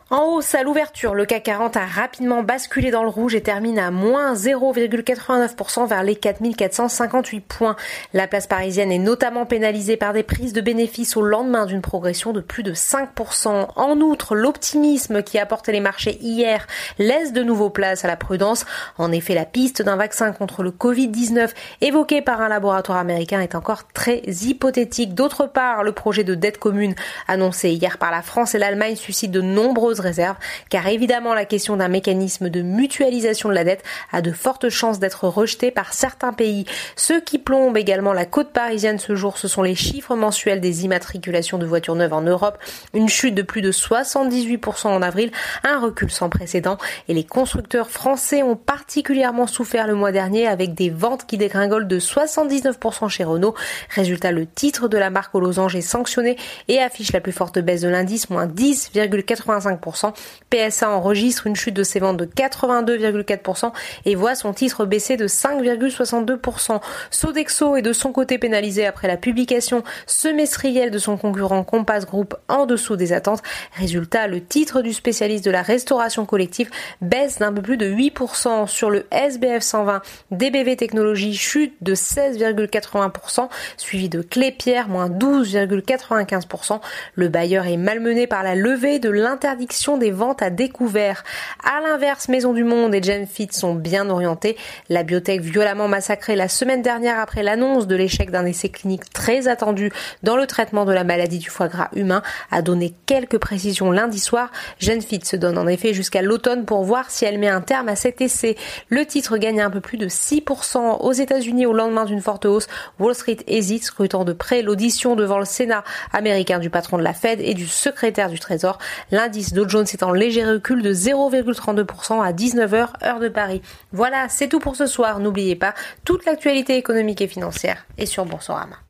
En hausse à l'ouverture, le CAC 40 a rapidement basculé dans le rouge et termine à moins 0,89% vers les 4458 points. La place parisienne est notamment pénalisée par des prises de bénéfices au lendemain d'une progression de plus de 5%. En outre, l'optimisme qui a porté les marchés hier laisse de nouveau place à la prudence. En effet, la piste d'un vaccin contre le Covid-19 évoquée par un laboratoire américain est encore très hypothétique. D'autre part, le projet de dette commune annoncé hier par la France et l'Allemagne suscite de nombreuses réserves, car évidemment la question d'un mécanisme de mutualisation de la dette a de fortes chances d'être rejetée par certains pays. Ce qui plombe également la côte parisienne ce jour, ce sont les chiffres mensuels des immatriculations de voitures neuves en Europe. Une chute de plus de 78% en avril, un recul sans précédent, et les constructeurs français ont particulièrement souffert le mois dernier avec des ventes qui dégringolent de 79% chez Renault. Résultat, le titre de la marque aux losanges est sanctionné et affiche la plus forte baisse de l'indice, moins 10,85%. PSA enregistre une chute de ses ventes de 82,4% et voit son titre baisser de 5,62%. Sodexo est de son côté pénalisé après la publication semestrielle de son concurrent Compass Group en dessous des attentes. Résultat, le titre du spécialiste de la restauration collective baisse d'un peu plus de 8%. Sur le SBF 120, DBV Technologies chute de 16,80%, suivi de Clépierre, moins 12,95%. Le bailleur est malmené par la levée de l'interdiction des ventes à découvert. À l'inverse, Maisons du Monde et Genfit sont bien orientés. La biotech violemment massacrée la semaine dernière après l'annonce de l'échec d'un essai clinique très attendu dans le traitement de la maladie du foie gras humain a donné quelques précisions lundi soir. Genfit se donne en effet jusqu'à l'automne pour voir si elle met un terme à cet essai. Le titre gagne un peu plus de 6% aux États-Unis au lendemain d'une forte hausse. Wall Street hésite, scrutant de près l'audition devant le Sénat américain du patron de la Fed et du secrétaire du Trésor. L'indice Dow Jones est en léger recul de 0,32% à 19h heure de Paris. Voilà, c'est tout pour ce soir. N'oubliez pas, toute l'actualité économique et financière est sur Boursorama.